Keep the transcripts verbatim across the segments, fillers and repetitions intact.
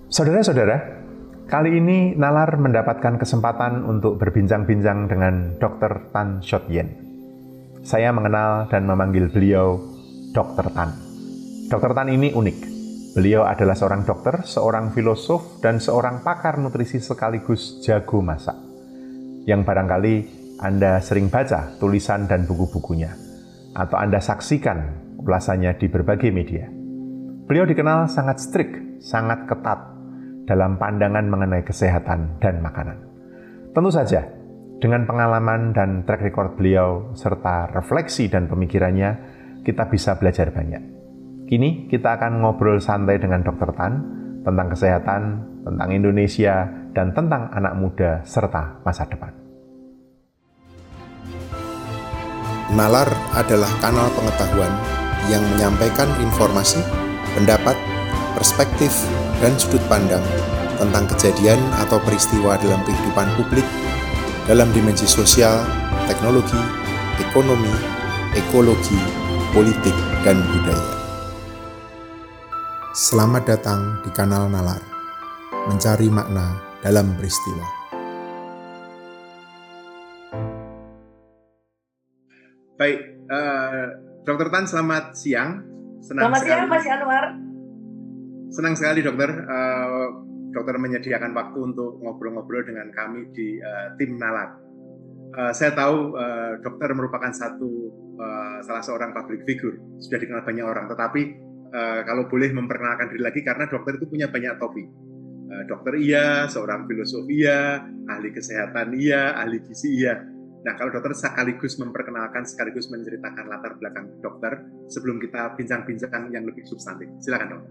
Saudara-saudara, kali ini Nalar mendapatkan kesempatan untuk berbincang-bincang dengan dokter Tan Shot Yen. Saya mengenal dan memanggil beliau dokter Tan. dokter Tan ini unik. Beliau adalah seorang dokter, seorang filosof, dan seorang pakar nutrisi sekaligus jago masak. Yang barangkali Anda sering baca tulisan dan buku-bukunya, atau Anda saksikan ulasannya di berbagai media. Beliau dikenal sangat strict, sangat ketat dalam pandangan mengenai kesehatan dan makanan. Tentu saja, dengan pengalaman dan track record beliau, serta refleksi dan pemikirannya, kita bisa belajar banyak. Kini kita akan ngobrol santai dengan dokter Tan tentang kesehatan, tentang Indonesia, dan tentang anak muda serta masa depan. Nalar adalah kanal pengetahuan yang menyampaikan informasi, pendapat, perspektif, dan sudut pandang tentang kejadian atau peristiwa dalam kehidupan publik, dalam dimensi sosial, teknologi, ekonomi, ekologi, politik, dan budaya. Selamat datang di kanal Nalar, mencari makna dalam peristiwa. Baik, uh, dokter Tan, selamat siang. Senang selamat sekali. siang, Mas Anwar. Senang sekali dokter, uh, dokter menyediakan waktu untuk ngobrol-ngobrol dengan kami di uh, tim Nalar. Uh, saya tahu uh, dokter merupakan satu uh, salah seorang public figure, sudah dikenal banyak orang. Tetapi uh, kalau boleh memperkenalkan diri lagi, karena dokter itu punya banyak topik. Uh, dokter iya, seorang filosof iya, ahli kesehatan iya, ahli gizi iya. Nah, kalau dokter sekaligus memperkenalkan, sekaligus menceritakan latar belakang dokter sebelum kita bincang-bincang yang lebih substantif. Silakan dokter.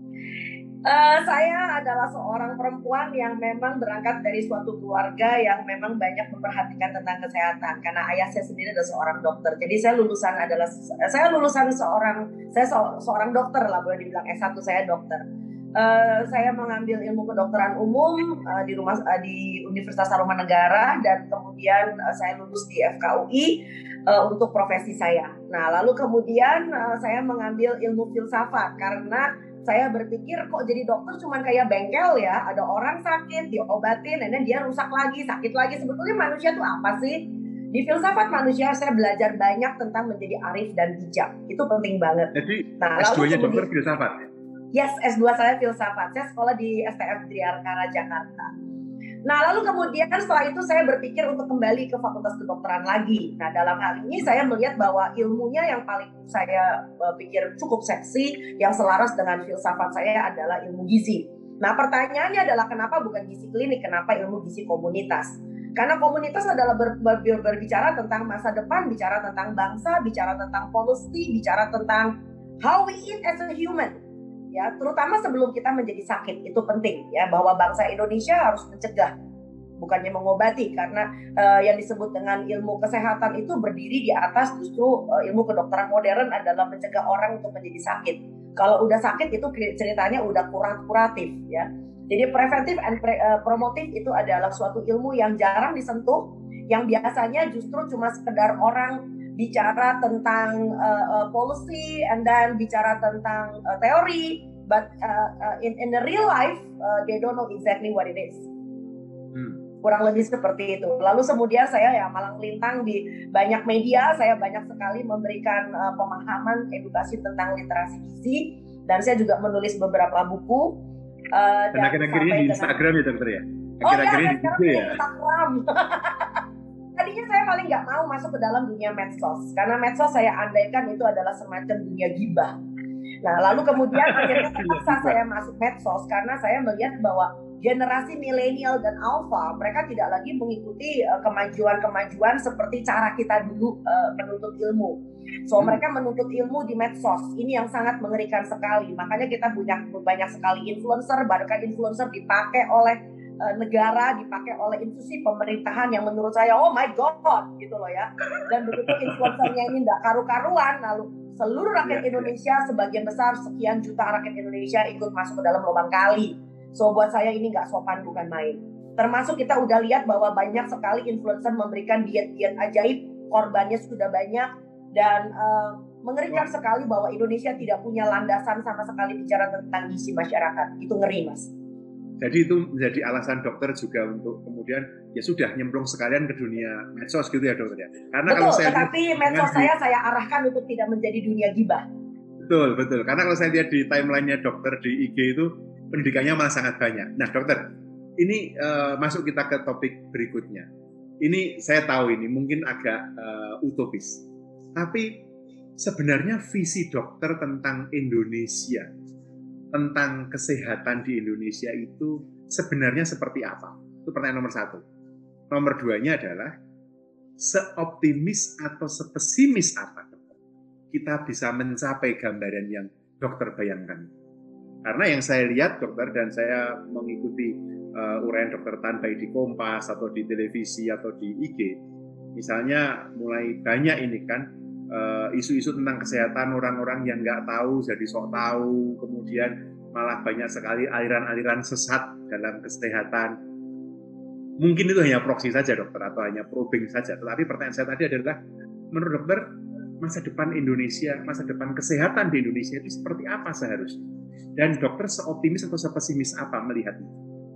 Uh, saya adalah seorang perempuan yang memang berangkat dari suatu keluarga yang memang banyak memperhatikan tentang kesehatan, karena ayah saya sendiri adalah seorang dokter. Jadi saya lulusan adalah saya lulusan seorang saya se- seorang dokter lah, boleh dibilang S satu saya dokter. Uh, saya mengambil ilmu kedokteran umum uh, di rumah uh, di Universitas Tarumanegara, dan kemudian uh, saya lulus di F K U I uh, untuk profesi saya. Nah, lalu kemudian uh, saya mengambil ilmu filsafat karena saya berpikir kok jadi dokter cuman kayak bengkel ya, ada orang sakit diobatin, dan dia rusak lagi, sakit lagi. Sebetulnya manusia tuh apa sih? Di filsafat manusia saya belajar banyak tentang menjadi arif dan bijak. Itu penting banget. Jadi nah, S dua-nya kemudian, dokter filsafat? Yes, S dua saya filsafat. Saya sekolah di S T F Triarkara Jakarta. Nah, lalu kemudian setelah itu saya berpikir untuk kembali ke Fakultas Kedokteran lagi. Nah, dalam hal ini saya melihat bahwa ilmunya yang paling saya uh, pikir cukup seksi, yang selaras dengan filsafat saya adalah ilmu gizi. Nah, pertanyaannya adalah kenapa bukan gizi klinik, kenapa ilmu gizi komunitas? Karena komunitas adalah ber, ber, berbicara tentang masa depan, bicara tentang bangsa, bicara tentang policy, bicara tentang how we eat as a human. Ya, terutama sebelum kita menjadi sakit, itu penting ya, bahwa bangsa Indonesia harus mencegah, bukannya mengobati, karena uh, yang disebut dengan ilmu kesehatan itu berdiri di atas justru uh, ilmu kedokteran modern adalah mencegah orang untuk menjadi sakit. Kalau udah sakit itu ceritanya udah kuratif ya. Jadi preventif and pre, uh, promotif itu adalah suatu ilmu yang jarang disentuh, yang biasanya justru cuma sekedar orang bicara tentang uh, uh, policy and then bicara tentang uh, teori, but uh, uh, in in the real life uh, they don't know exactly what it is. Hmm. Kurang lebih seperti itu. Lalu kemudian saya ya malang melintang di banyak media, saya banyak sekali memberikan uh, pemahaman edukasi tentang literasi gizi, dan saya juga menulis beberapa buku. Uh, dan akhir-akhir ini di Instagram ya dokter ya? Akhir-akhir oh ya, sekarang di Instagram. Tadinya saya paling nggak mau masuk ke dalam dunia medsos, karena medsos saya andaikan itu adalah semacam dunia gibah. Nah, lalu kemudian akhirnya terpaksa saya masuk medsos karena saya melihat bahwa generasi milenial dan alpha mereka tidak lagi mengikuti uh, kemajuan-kemajuan seperti cara kita dulu uh, menuntut ilmu. So mereka menuntut ilmu di medsos. Ini yang sangat mengerikan sekali. Makanya kita punya banyak sekali influencer, bahkan influencer dipakai oleh uh, negara, dipakai oleh institusi pemerintahan yang menurut saya oh my god gitu loh ya. Dan begitu influencernya ini enggak karu-karuan, lalu seluruh rakyat Indonesia, sebagian besar sekian juta rakyat Indonesia ikut masuk ke dalam lubang kali. So buat saya ini nggak sopan, bukan main. Termasuk kita udah lihat bahwa banyak sekali influencer memberikan diet-diet ajaib, korbannya sudah banyak, dan uh, mengerikan wow. sekali bahwa Indonesia tidak punya landasan sama sekali bicara tentang gizi masyarakat. Itu ngeri, Mas. Jadi itu menjadi alasan dokter juga untuk kemudian ya sudah nyemplung sekalian ke dunia medsos gitu ya dokter ya. Karena Betul, kalau saya tetapi medsos di, saya saya arahkan untuk tidak menjadi dunia gibah. Betul, betul. Karena kalau saya lihat di timeline-nya dokter di I G itu pendidikannya malah sangat banyak. Nah dokter, ini uh, masuk kita ke topik berikutnya. Ini saya tahu ini mungkin agak uh, utopis. Tapi sebenarnya visi dokter tentang Indonesia, tentang kesehatan di Indonesia itu sebenarnya seperti apa? Itu pertanyaan nomor satu. Nomor duanya adalah seoptimis atau sepesimis apa kita bisa mencapai gambaran yang dokter bayangkan. Karena yang saya lihat dokter dan saya mengikuti uh, uraian dokter Tan baik di Kompas atau di televisi atau di I G, misalnya mulai banyak ini kan uh, isu-isu tentang kesehatan orang-orang yang nggak tahu jadi sok tahu, kemudian malah banyak sekali aliran-aliran sesat dalam kesehatan. Mungkin itu hanya proksi saja dokter atau hanya probing saja. Tetapi pertanyaan saya tadi adalah, menurut dokter masa depan Indonesia, masa depan kesehatan di Indonesia itu seperti apa seharusnya? Dan dokter seoptimis atau sepesimis apa melihatnya?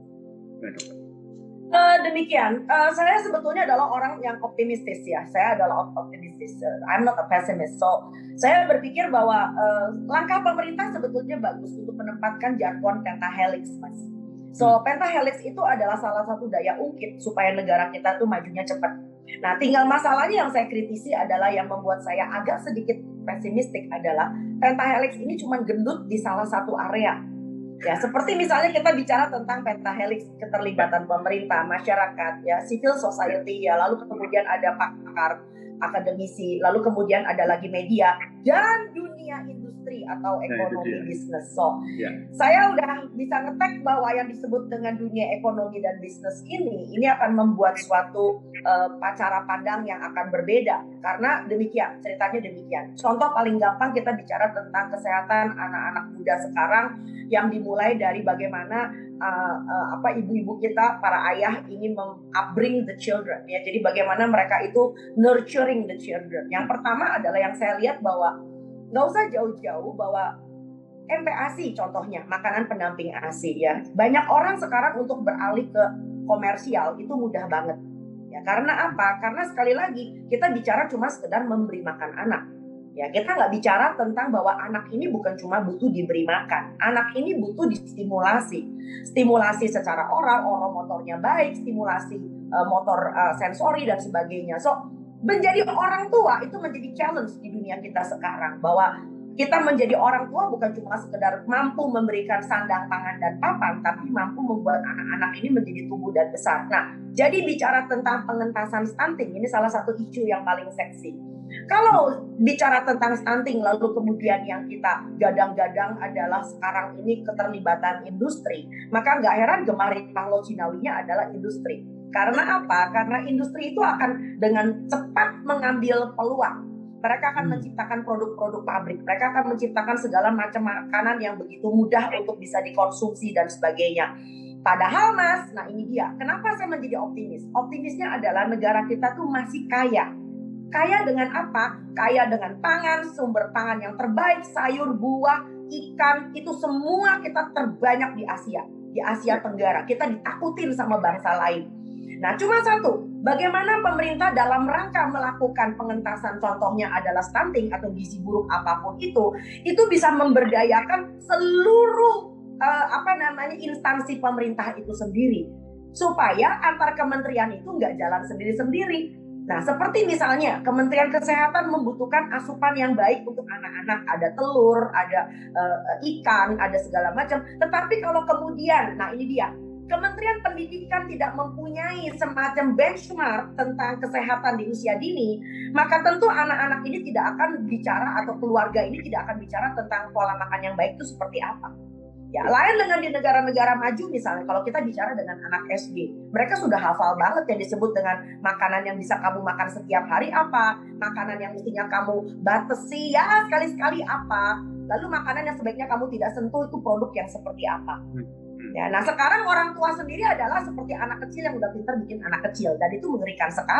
Nah, dokter. Uh, demikian, uh, saya sebetulnya adalah orang yang optimistis ya. Saya adalah optimistis. Uh, I'm not a pessimist. So, saya berpikir bahwa uh, langkah pemerintah sebetulnya bagus untuk menempatkan jargon pentahelix, Mas. So, pentahelix itu adalah salah satu daya ungkit supaya negara kita tuh majunya cepat. Nah, tinggal masalahnya yang saya kritisi adalah yang membuat saya agak sedikit pesimistik adalah pentahelix ini cuma gendut di salah satu area. Ya, seperti misalnya kita bicara tentang pentahelix, keterlibatan pemerintah, masyarakat, ya, civil society, ya, lalu kemudian ada pakar, akademisi, lalu kemudian ada lagi media dan dunia industri atau ekonomi nah, bisnis. So, ya. Saya udah bisa ngetek bahwa yang disebut dengan dunia ekonomi dan bisnis ini, ini akan membuat suatu uh, cara pandang yang akan berbeda. Karena demikian, ceritanya demikian. Contoh paling gampang kita bicara tentang kesehatan anak-anak muda sekarang yang dimulai dari bagaimana uh, uh, apa ibu-ibu kita, para ayah ingin meng-upbring the children. Ya, jadi bagaimana mereka itu nurturing the children. Yang pertama adalah yang saya lihat bahwa nggak usah jauh-jauh bahwa M P A S I contohnya, makanan pendamping A S I ya. Banyak orang sekarang untuk beralih ke komersial itu mudah banget. Ya, karena apa? Karena sekali lagi kita bicara cuma sekedar memberi makan anak. Ya, kita nggak bicara tentang bahwa anak ini bukan cuma butuh diberi makan. Anak ini butuh distimulasi. Stimulasi secara oral, oral motornya baik, stimulasi uh, motor uh, sensori dan sebagainya. So, menjadi orang tua itu menjadi challenge di dunia kita sekarang, bahwa kita menjadi orang tua bukan cuma sekedar mampu memberikan sandang, pangan, dan papan, tapi mampu membuat anak-anak ini menjadi tumbuh dan besar. Nah, jadi bicara tentang pengentasan stunting, ini salah satu isu yang paling seksi. Kalau bicara tentang stunting, lalu kemudian yang kita gadang-gadang adalah sekarang ini keterlibatan industri, maka nggak heran Gemari Pahlo Cinawinya adalah industri. Karena apa? Karena industri itu akan dengan cepat mengambil peluang. Mereka akan hmm. menciptakan produk-produk pabrik. Mereka akan menciptakan segala macam makanan yang begitu mudah untuk bisa dikonsumsi dan sebagainya. Padahal Mas, nah ini dia. Kenapa saya menjadi optimis? Optimisnya adalah negara kita tuh masih kaya. Kaya dengan apa? Kaya dengan pangan, sumber pangan yang terbaik, sayur, buah, ikan, itu semua kita terbanyak di Asia. Di Asia Tenggara. Kita ditakutin sama bangsa lain. Nah, cuma satu, bagaimana pemerintah dalam rangka melakukan pengentasan, contohnya adalah stunting atau gizi buruk apapun itu, itu bisa memberdayakan seluruh uh, apa namanya instansi pemerintah itu sendiri, supaya antar kementerian itu nggak jalan sendiri-sendiri. Nah, seperti misalnya Kementerian Kesehatan membutuhkan asupan yang baik untuk anak-anak, ada telur, ada uh, ikan, ada segala macam. Tetapi kalau kemudian, nah ini dia. Kementerian Pendidikan tidak mempunyai semacam benchmark tentang kesehatan di usia dini, maka tentu anak-anak ini tidak akan bicara atau keluarga ini tidak akan bicara tentang pola makan yang baik itu seperti apa. Ya, lain dengan di negara-negara maju misalnya, kalau kita bicara dengan anak S D, mereka sudah hafal banget yang disebut dengan makanan yang bisa kamu makan setiap hari apa, makanan yang mestinya kamu batasi ya sekali-sekali apa, lalu makanan yang sebaiknya kamu tidak sentuh itu produk yang seperti apa. Ya, nah sekarang orang tua sendiri adalah seperti anak kecil yang udah pintar bikin anak kecil, dan itu mengerikan sekali.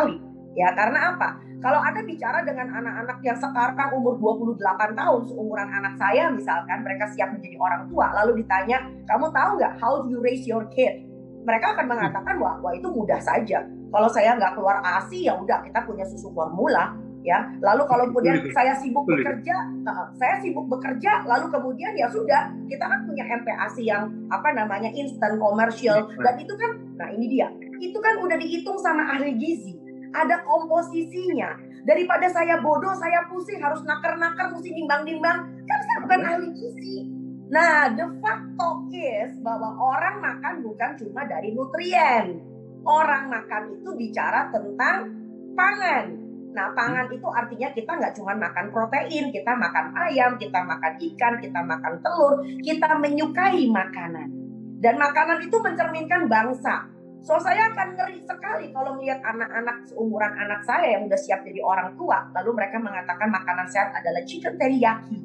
Ya, karena apa? Kalau Anda bicara dengan anak-anak yang sekarang umur dua puluh delapan tahun, seumuran anak saya misalkan, mereka siap menjadi orang tua, lalu ditanya, kamu tahu nggak how do you raise your kid? Mereka akan mengatakan, wah, wah itu mudah saja. Kalau saya nggak keluar A S I, ya udah kita punya susu formula. Ya, lalu kalau kemudian saya sibuk bekerja, uh, saya sibuk bekerja, lalu kemudian ya sudah, kita kan punya M P A S I yang apa namanya instant commercial, dan itu kan, nah ini dia, itu kan udah dihitung sama ahli gizi, ada komposisinya. Daripada saya bodoh, saya pusing harus naker-naker, mesti nimbang-nimbang, kan saya bukan ahli gizi. Nah, the facto is bahwa orang makan bukan cuma dari nutrien, orang makan itu bicara tentang pangan. Nah, pangan itu artinya kita nggak cuma makan protein, kita makan ayam, kita makan ikan, kita makan telur, kita menyukai makanan. Dan makanan itu mencerminkan bangsa. So, saya akan ngeri sekali kalau melihat anak-anak seumuran anak saya yang udah siap jadi orang tua, lalu mereka mengatakan makanan sehat adalah chicken teriyaki,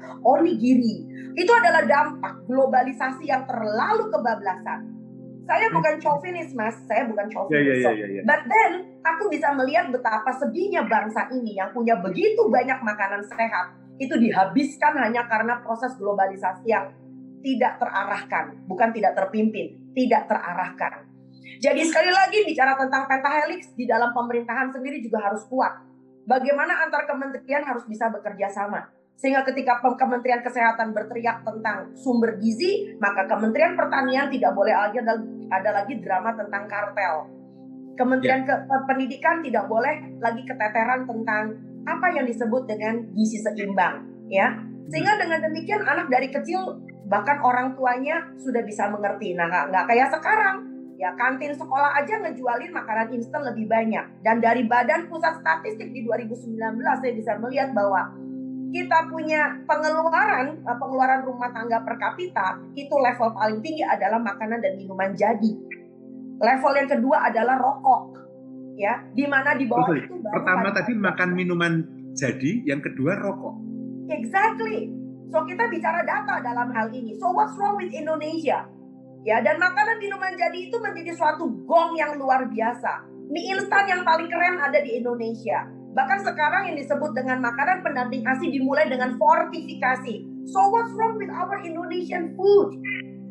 onigiri. Itu adalah dampak globalisasi yang terlalu kebablasan. Saya bukan chauvinis, Mas. Saya bukan chauvinis. Yeah, yeah, yeah, yeah. But then, aku bisa melihat betapa sedihnya bangsa ini yang punya begitu banyak makanan sehat, itu dihabiskan hanya karena proses globalisasi yang tidak terarahkan. Bukan tidak terpimpin, tidak terarahkan. Jadi sekali lagi bicara tentang pentahelix di dalam pemerintahan sendiri juga harus kuat. Bagaimana antar kementerian harus bisa bekerja sama. Sehingga ketika Kementerian Kesehatan berteriak tentang sumber gizi, maka Kementerian Pertanian tidak boleh lagi ada, ada lagi drama tentang kartel. Kementerian ya. Ke, Pendidikan tidak boleh lagi keteteran tentang apa yang disebut dengan gizi seimbang, ya. Sehingga dengan demikian anak dari kecil bahkan orang tuanya sudah bisa mengerti. Nah, nggak, nggak kayak sekarang. Ya, kantin sekolah aja ngejualin makanan instan lebih banyak. Dan dari Badan Pusat Statistik di dua ribu sembilan belas saya bisa melihat bahwa kita punya pengeluaran pengeluaran rumah tangga per kapita itu level paling tinggi adalah makanan dan minuman jadi. Level yang kedua adalah rokok, ya, di mana di bawah Betul. itu baru pertama tadi makan minuman jadi, yang kedua rokok. Exactly. So kita bicara data dalam hal ini. So what's wrong with Indonesia? Ya, dan makanan minuman jadi itu menjadi suatu gong yang luar biasa. Mie instan yang paling keren ada di Indonesia. Bahkan sekarang yang disebut dengan makanan pendamping A S I dimulai dengan fortifikasi. So what's wrong with our Indonesian food?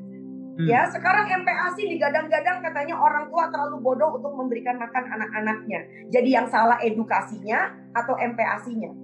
Hmm. Ya, sekarang M P A S I digadang-gadang katanya orang tua terlalu bodoh untuk memberikan makan anak-anaknya. Jadi yang salah edukasinya atau M P A S I-nya.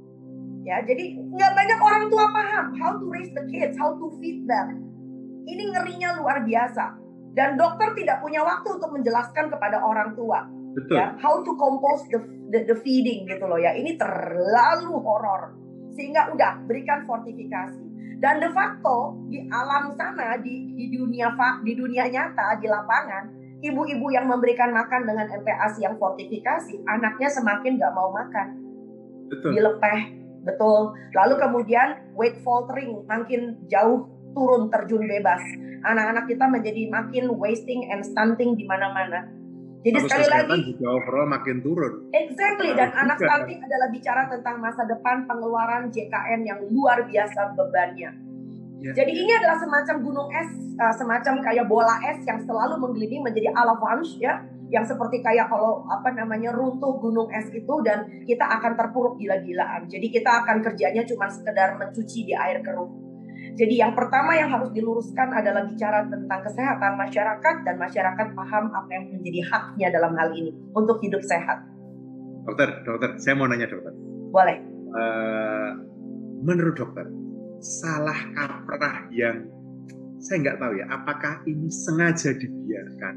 Ya, jadi nggak banyak orang tua paham how to raise the kids, how to feed them. Ini ngerinya luar biasa. Dan dokter tidak punya waktu untuk menjelaskan kepada orang tua. Betul. Ya, how to compose the, the the feeding gitu loh ya. Ini terlalu horor. Sehingga udah berikan fortifikasi. Dan de facto di alam sana di di dunia di dunia nyata di lapangan, ibu-ibu yang memberikan makan dengan M P A S I yang fortifikasi, anaknya semakin nggak mau makan. Betul. Dilepeh, betul. Lalu kemudian weight faltering, makin jauh turun terjun bebas. Anak-anak kita menjadi makin wasting and stunting di mana-mana. Jadi Lalu sekali lagi juga overall makin turun. Exactly. Dan nah, anak stunting adalah bicara tentang masa depan pengeluaran J K N yang luar biasa bebannya. Ya. Jadi ini adalah semacam gunung es, uh, semacam kayak bola es yang selalu menggelinding menjadi avalanche ya, yang seperti kayak kalau apa namanya runtuh gunung es itu dan kita akan terpuruk gila-gilaan. Jadi kita akan kerjanya cuma sekedar mencuci di air keruh. Jadi yang pertama yang harus diluruskan adalah bicara tentang kesehatan masyarakat dan masyarakat paham apa yang menjadi haknya dalam hal ini untuk hidup sehat. Dokter, dokter, saya mau nanya dokter. Boleh. Uh, menurut dokter, salah kaprah yang saya nggak tahu ya, apakah ini sengaja dibiarkan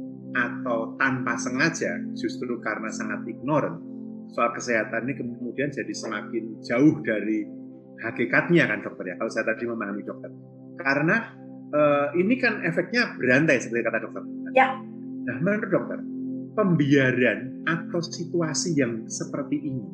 atau tanpa sengaja justru karena sangat ignorant soal kesehatan ini kemudian jadi semakin jauh dari hakikatnya kan dokter ya, kalau saya tadi memahami dokter. Karena uh, ini kan efeknya berantai seperti kata dokter. Ya. Nah, menurut dokter, pembiaran atau situasi yang seperti ini,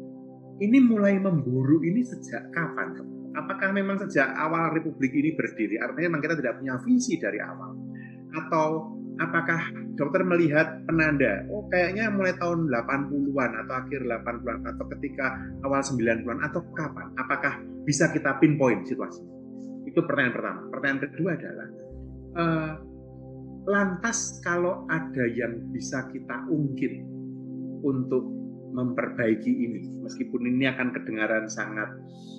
ini mulai memburu ini sejak kapan, dokter? Apakah memang sejak awal Republik ini berdiri, artinya memang kita tidak punya visi dari awal? Atau apakah dokter melihat penanda, oh kayaknya mulai tahun delapan puluhan atau akhir delapan puluhan atau ketika awal sembilan puluhan atau kapan? Apakah bisa kita pinpoint situasinya? Itu pertanyaan pertama. Pertanyaan kedua adalah, uh, lantas kalau ada yang bisa kita ungkit, untuk memperbaiki ini, meskipun ini akan kedengaran sangat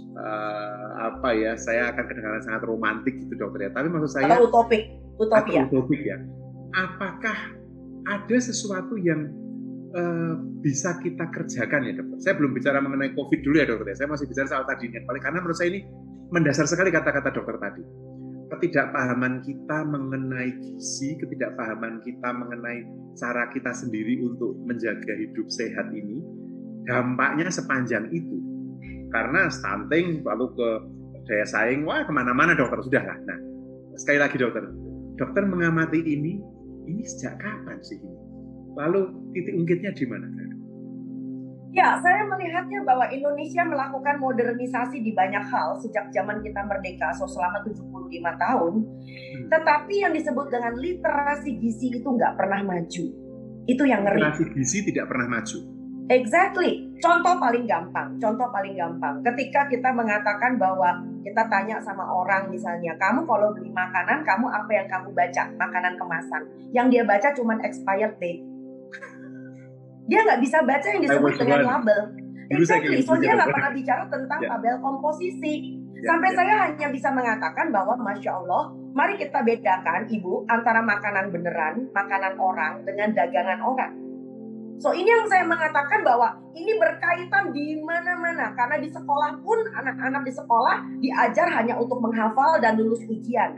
uh, apa ya, saya akan kedengaran sangat romantis gitu dokter ya, tapi maksud saya atau utopik, utopia. Atau utopik ya. Apakah ada sesuatu yang uh, bisa kita kerjakan ya dokter? Saya belum bicara mengenai COVID dulu ya dokter ya, saya masih bicara soal tadi nih, karena menurut saya ini mendasar sekali kata-kata dokter tadi. Ketidakpahaman kita mengenai gizi, ketidakpahaman kita mengenai cara kita sendiri untuk menjaga hidup sehat ini, dampaknya sepanjang itu. Karena stunting, lalu ke daya saing, wah kemana-mana dokter, sudahlah. Nah, sekali lagi dokter, dokter mengamati ini, ini sejak kapan sih ini? Lalu titik ungkitnya di mana? Ya, saya melihatnya bahwa Indonesia melakukan modernisasi di banyak hal sejak zaman kita merdeka, so selama tujuh puluh lima tahun. Hmm. Tetapi yang disebut dengan literasi gizi itu nggak pernah maju. Itu yang ngeri. Literasi gizi tidak pernah maju. Exactly. Contoh paling gampang, contoh paling gampang. Ketika kita mengatakan bahwa kita tanya sama orang misalnya, kamu kalau beli makanan, kamu apa yang kamu baca? Makanan kemasan. Yang dia baca cuma expired date. Dia nggak bisa baca yang disebut dengan label. Exactly. So dia nggak pernah bicara tentang yeah. tabel komposisi. Yeah, Sampai yeah. saya hanya bisa mengatakan bahwa Masya Allah, mari kita bedakan Ibu antara makanan beneran, makanan orang dengan dagangan orang. So ini yang saya mengatakan bahwa ini berkaitan di mana-mana. Karena di sekolah pun anak-anak di sekolah diajar hanya untuk menghafal dan lulus ujian.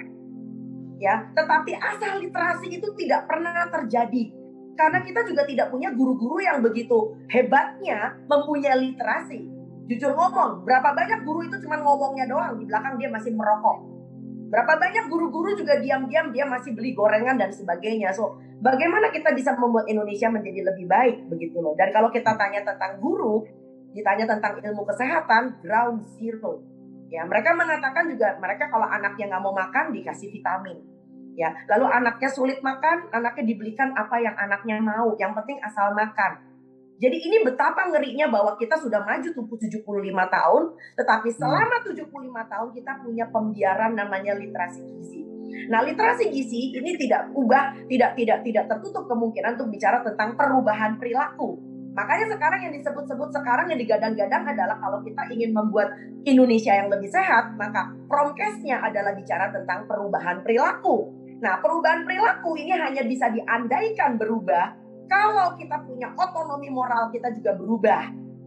Ya, tetapi asal literasi itu tidak pernah terjadi. Karena kita juga tidak punya guru-guru yang begitu hebatnya mempunyai literasi. Jujur ngomong, berapa banyak guru itu cuma ngomongnya doang, di belakang dia masih merokok. Berapa banyak guru-guru juga diam-diam dia masih beli gorengan dan sebagainya. So, bagaimana kita bisa membuat Indonesia menjadi lebih baik begitu loh. Dan kalau kita tanya tentang guru, ditanya tentang ilmu kesehatan, ground zero. Ya, mereka mengatakan juga mereka kalau anaknya nggak mau makan dikasih vitamin. Ya, lalu anaknya sulit makan, anaknya dibelikan apa yang anaknya mau, yang penting asal makan. Jadi ini betapa ngerinya bahwa kita sudah maju tujuh puluh lima tahun, tetapi selama tujuh puluh lima tahun kita punya pembiaran namanya literasi gizi. Nah, literasi gizi ini tidak ubah, tidak tidak tidak tertutup kemungkinan untuk bicara tentang perubahan perilaku. Makanya sekarang yang disebut-sebut sekarang yang digadang-gadang adalah kalau kita ingin membuat Indonesia yang lebih sehat, maka promkesnya adalah bicara tentang perubahan perilaku. Nah, perubahan perilaku ini hanya bisa diandaikan berubah kalau kita punya otonomi moral kita juga berubah.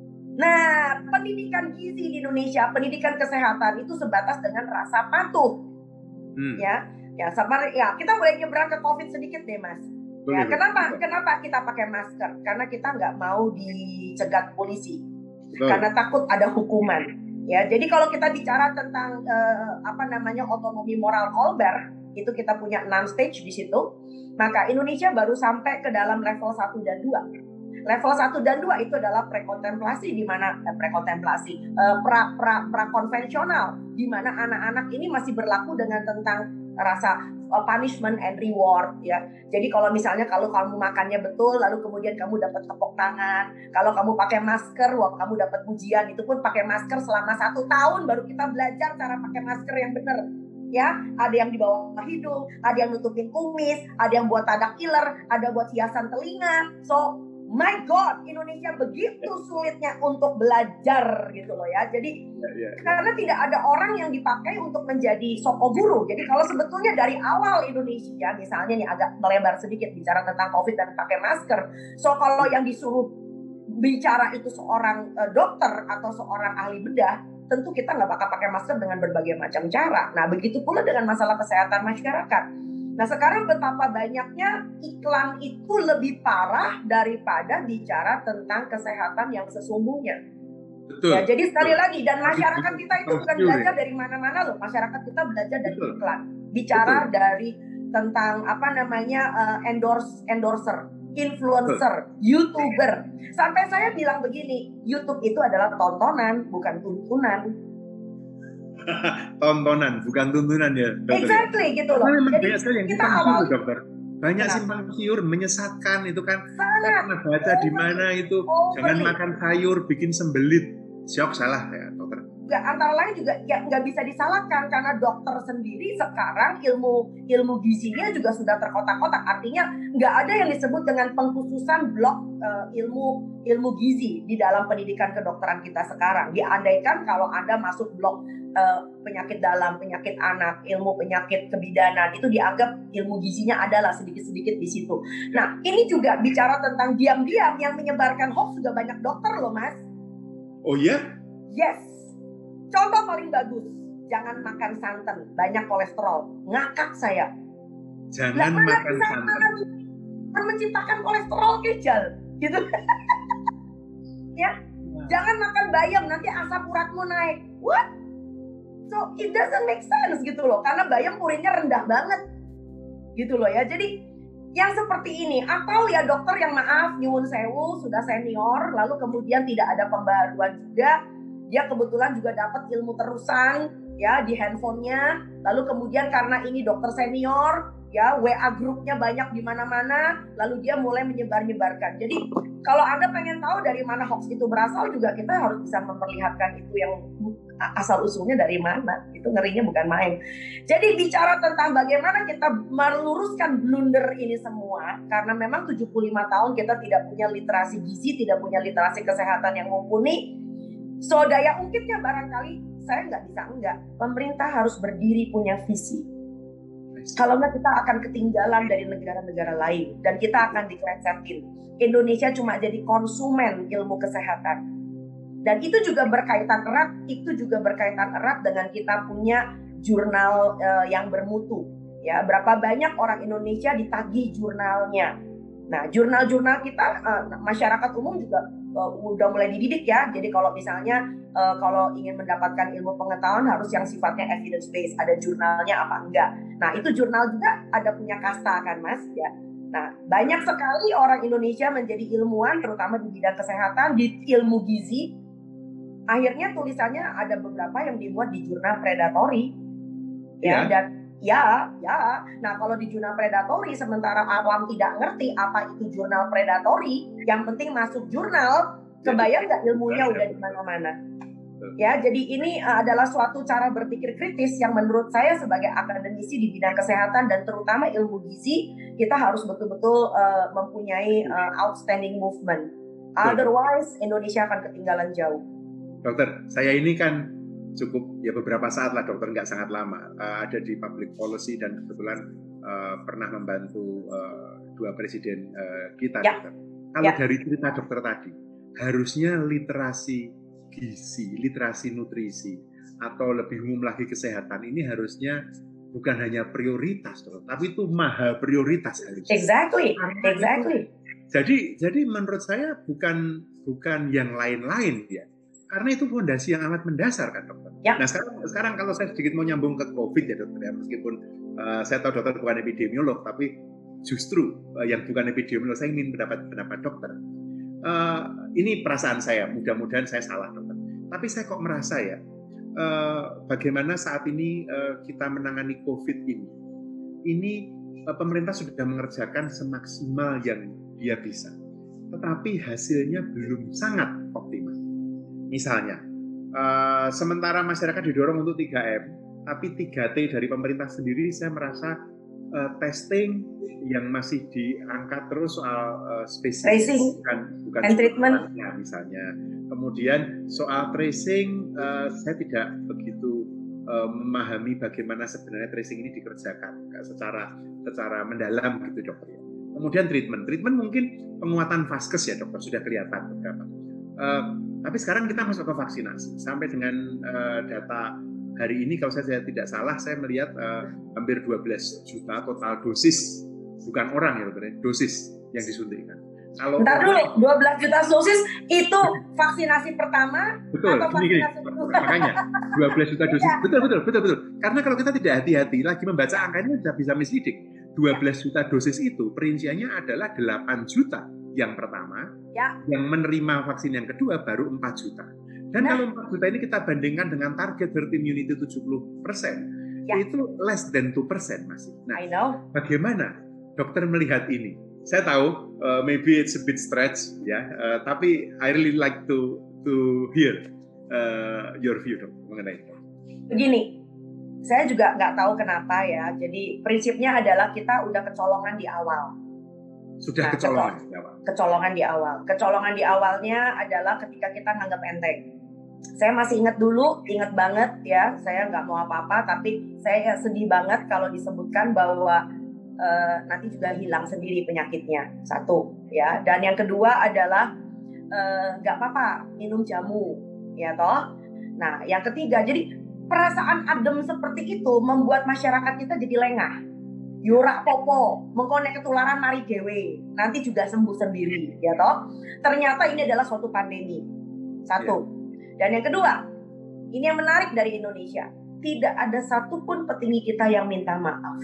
Nah, pendidikan gizi di Indonesia, pendidikan kesehatan itu sebatas dengan rasa patuh. Hmm. Ya, ya, sama ya. Kita boleh nyebrang ke COVID sedikit deh, Mas. Ya, kenapa? Kenapa kita pakai masker? Karena kita nggak mau dicegat polisi. Betul. Karena takut ada hukuman. Ya, jadi kalau kita bicara tentang uh, apa namanya otonomi moral Kolber, itu kita punya enam stage di situ, maka Indonesia baru sampai ke dalam level satu dan dua. Level satu dan dua itu adalah prekontemplasi, di mana eh, prekontemplasi, eh, pra, pra, pra konvensional, di mana anak-anak ini masih berlaku dengan tentang rasa uh, punishment and reward ya. Jadi kalau misalnya kalau kamu makannya betul, lalu kemudian kamu dapat tepuk tangan. Kalau kamu pakai masker, wah kamu dapat pujian. Itu pun pakai masker selama satu tahun baru kita belajar cara pakai masker yang benar. Ya, ada yang di bawah hidung, ada yang nutupin kumis, ada yang buat tadak iler, ada buat hiasan telinga. So, my God, Indonesia begitu sulitnya untuk belajar gitu loh ya. Jadi ya, ya, ya. Karena tidak ada orang yang dipakai untuk menjadi soko guru. Jadi kalau sebetulnya dari awal Indonesia, misalnya nih agak melebar sedikit bicara tentang COVID dan pakai masker. So kalau yang disuruh bicara itu seorang uh, dokter atau seorang ahli bedah, tentu kita nggak bakal pakai masker dengan berbagai macam cara. Nah, begitu pula dengan masalah kesehatan masyarakat. Nah, sekarang betapa banyaknya iklan itu lebih parah daripada bicara tentang kesehatan yang sesungguhnya. Betul. Ya, jadi sekali betul. lagi, dan masyarakat kita itu bukan belajar dari mana-mana loh. Masyarakat kita belajar dari betul. iklan. Bicara betul. dari tentang apa namanya uh, endorse endorser, influencer, betul. YouTuber. Sampai saya bilang begini, YouTube itu adalah tontonan, bukan tuntunan. Tontonan, bukan tuntunan ya, dokter. Exactly, gitu loh. Jadi yang kita awal, dokter. Banyak simpang siur menyesatkan itu kan. Sangat. Saya pernah baca oh, di mana itu, oh, jangan beli. makan sayur, bikin sembelit. Syok salah ya, dokter. juga antara lain juga ya nggak bisa disalahkan karena dokter sendiri sekarang ilmu ilmu gizinya juga sudah terkotak-kotak. Artinya nggak ada yang disebut dengan pengkhususan blok uh, ilmu ilmu gizi di dalam pendidikan kedokteran kita sekarang. Diandaikan kalau Anda masuk blok uh, penyakit dalam, penyakit anak, ilmu penyakit kebidanan, itu dianggap ilmu gizinya adalah sedikit-sedikit di situ. Nah, ini juga bicara tentang diam-diam yang menyebarkan hoax juga banyak dokter loh, Mas. Oh ya? Yes. Contoh paling bagus, jangan makan santan, banyak kolesterol. Ngakak saya. Jangan Lah, makan santan. Kan menciptakan kolesterol kejal, gitu. Ya, jangan makan bayam, nanti asam uratmu naik. What? So it doesn't make sense gitu loh, karena bayam urinnya rendah banget, gitu loh ya. Jadi yang seperti ini, atau ya dokter yang maaf nyuwun sewu sudah senior, lalu kemudian tidak ada pembaruan juga. Dia kebetulan juga dapat ilmu terusan ya di handphonenya. Lalu kemudian karena ini dokter senior, ya W A grupnya banyak di mana-mana. Lalu dia mulai menyebar-nyebarkan. Jadi kalau Anda pengen tahu dari mana hoax itu berasal juga kita harus bisa memperlihatkan itu yang asal usulnya dari mana. Itu ngerinya bukan main. Jadi bicara tentang bagaimana kita meluruskan blunder ini semua, karena memang tujuh puluh lima tahun kita tidak punya literasi gizi, tidak punya literasi kesehatan yang mumpuni. So daya ungkitnya barangkali saya nggak bisa enggak. Pemerintah harus berdiri punya visi. Kalau nggak kita akan ketinggalan dari negara-negara lain dan kita akan dikrecetin. Indonesia cuma jadi konsumen ilmu kesehatan. Dan itu juga berkaitan erat, itu juga berkaitan erat dengan kita punya jurnal uh, yang bermutu. Ya, berapa banyak orang Indonesia ditagih jurnalnya. Nah, jurnal-jurnal kita uh, masyarakat umum juga uh, udah mulai dididik ya. Jadi kalau misalnya uh, kalau ingin mendapatkan ilmu pengetahuan harus yang sifatnya evidence based, ada jurnalnya apa enggak. Nah, itu jurnal juga ada punya kasta kan, Mas, ya. Nah, banyak sekali orang Indonesia menjadi ilmuwan terutama di bidang kesehatan, di ilmu gizi. Akhirnya tulisannya ada beberapa yang dibuat di jurnal predatory. Ya, ya. dan Ya, ya. Nah, kalau di jurnal predatory, sementara awam tidak ngerti apa itu jurnal predatory, yang penting masuk jurnal, kebayang nggak ilmunya udah di mana-mana. Ya, jadi ini adalah suatu cara berpikir kritis yang menurut saya sebagai akademisi di bidang kesehatan dan terutama ilmu gizi, kita harus betul-betul uh, mempunyai uh, outstanding movement. Otherwise, Indonesia akan ketinggalan jauh. Dokter, saya ini kan cukup ya beberapa saat lah dokter, nggak sangat lama uh, ada di public policy dan kebetulan uh, pernah membantu uh, dua presiden uh, kita. Ya. Dokter. Kalau ya. Dari cerita dokter tadi, harusnya literasi gizi, literasi nutrisi atau lebih umum lagi kesehatan ini harusnya bukan hanya prioritas, dokter, tapi itu maha prioritas harusnya. Exactly, exactly. Itu, jadi jadi menurut saya bukan bukan yang lain-lain ya. Karena itu fondasi yang amat mendasar kan dokter. Ya. Nah sekarang, sekarang kalau saya sedikit mau nyambung ke COVID ya dokter ya, meskipun uh, saya tahu dokter bukan epidemiolog, tapi justru uh, yang bukan epidemiolog saya ingin mendapat pendapat dokter. Uh, ini perasaan saya, mudah-mudahan saya salah dokter. Tapi saya kok merasa ya, uh, bagaimana saat ini uh, kita menangani COVID ini, ini uh, pemerintah sudah mengerjakan semaksimal yang dia bisa, tetapi hasilnya belum sangat optimal. Misalnya, uh, sementara masyarakat didorong untuk tiga M, tapi tiga T dari pemerintah sendiri saya merasa uh, testing yang masih diangkat terus soal uh, spesifik, bukan bukan treatment misalnya. Kemudian soal tracing, uh, saya tidak begitu uh, memahami bagaimana sebenarnya tracing ini dikerjakan secara secara mendalam gitu dokter. Kemudian treatment, treatment mungkin penguatan vaskes ya dokter sudah kelihatan beberapa. Uh, Tapi sekarang kita masuk ke vaksinasi. Sampai dengan uh, data hari ini, kalau saya tidak salah, saya melihat uh, hampir dua belas juta total dosis, bukan orang ya dokter, dosis yang disuntikan. Kalau Bentar dulu, dua belas juta dosis itu vaksinasi pertama betul, atau vaksinasi gini, gini. Makanya dua belas juta dosis, betul betul betul betul. Karena kalau kita tidak hati-hati lagi membaca angkanya bisa bisa misleading. dua belas juta dosis itu perinciannya adalah delapan juta yang pertama, ya. Yang menerima vaksin yang kedua baru empat juta. Dan nah. Kalau empat juta ini kita bandingkan dengan target herd immunity tujuh puluh persen, ya. Itu less than two persen masih. Nah, I know. Bagaimana dokter melihat ini? Saya tahu uh, maybe it's a bit stretch ya, uh, tapi I really like to to hear uh, your view dok mengenai itu? Begini, saya juga nggak tahu kenapa ya. Jadi prinsipnya adalah kita udah kecolongan di awal. Sudah nah, kecolongan kecol- di awal. Kecolongan di awal. Kecolongan di awalnya adalah ketika kita nganggap enteng. Saya masih ingat dulu, ingat banget ya. Saya nggak mau apa-apa, tapi saya sedih banget kalau disebutkan bahwa uh, nanti juga hilang sendiri penyakitnya. Satu, ya. Dan yang kedua adalah nggak uh, apa-apa minum jamu, ya toh. Nah, yang ketiga, jadi perasaan adem seperti itu membuat masyarakat kita jadi lengah. Yorak popo, mengkonek ketularan mari dewe, nanti juga sembuh sendiri, ya toh. Ternyata ini adalah suatu pandemi. Satu. Dan yang kedua, ini yang menarik dari Indonesia, tidak ada satupun petinggi kita yang minta maaf.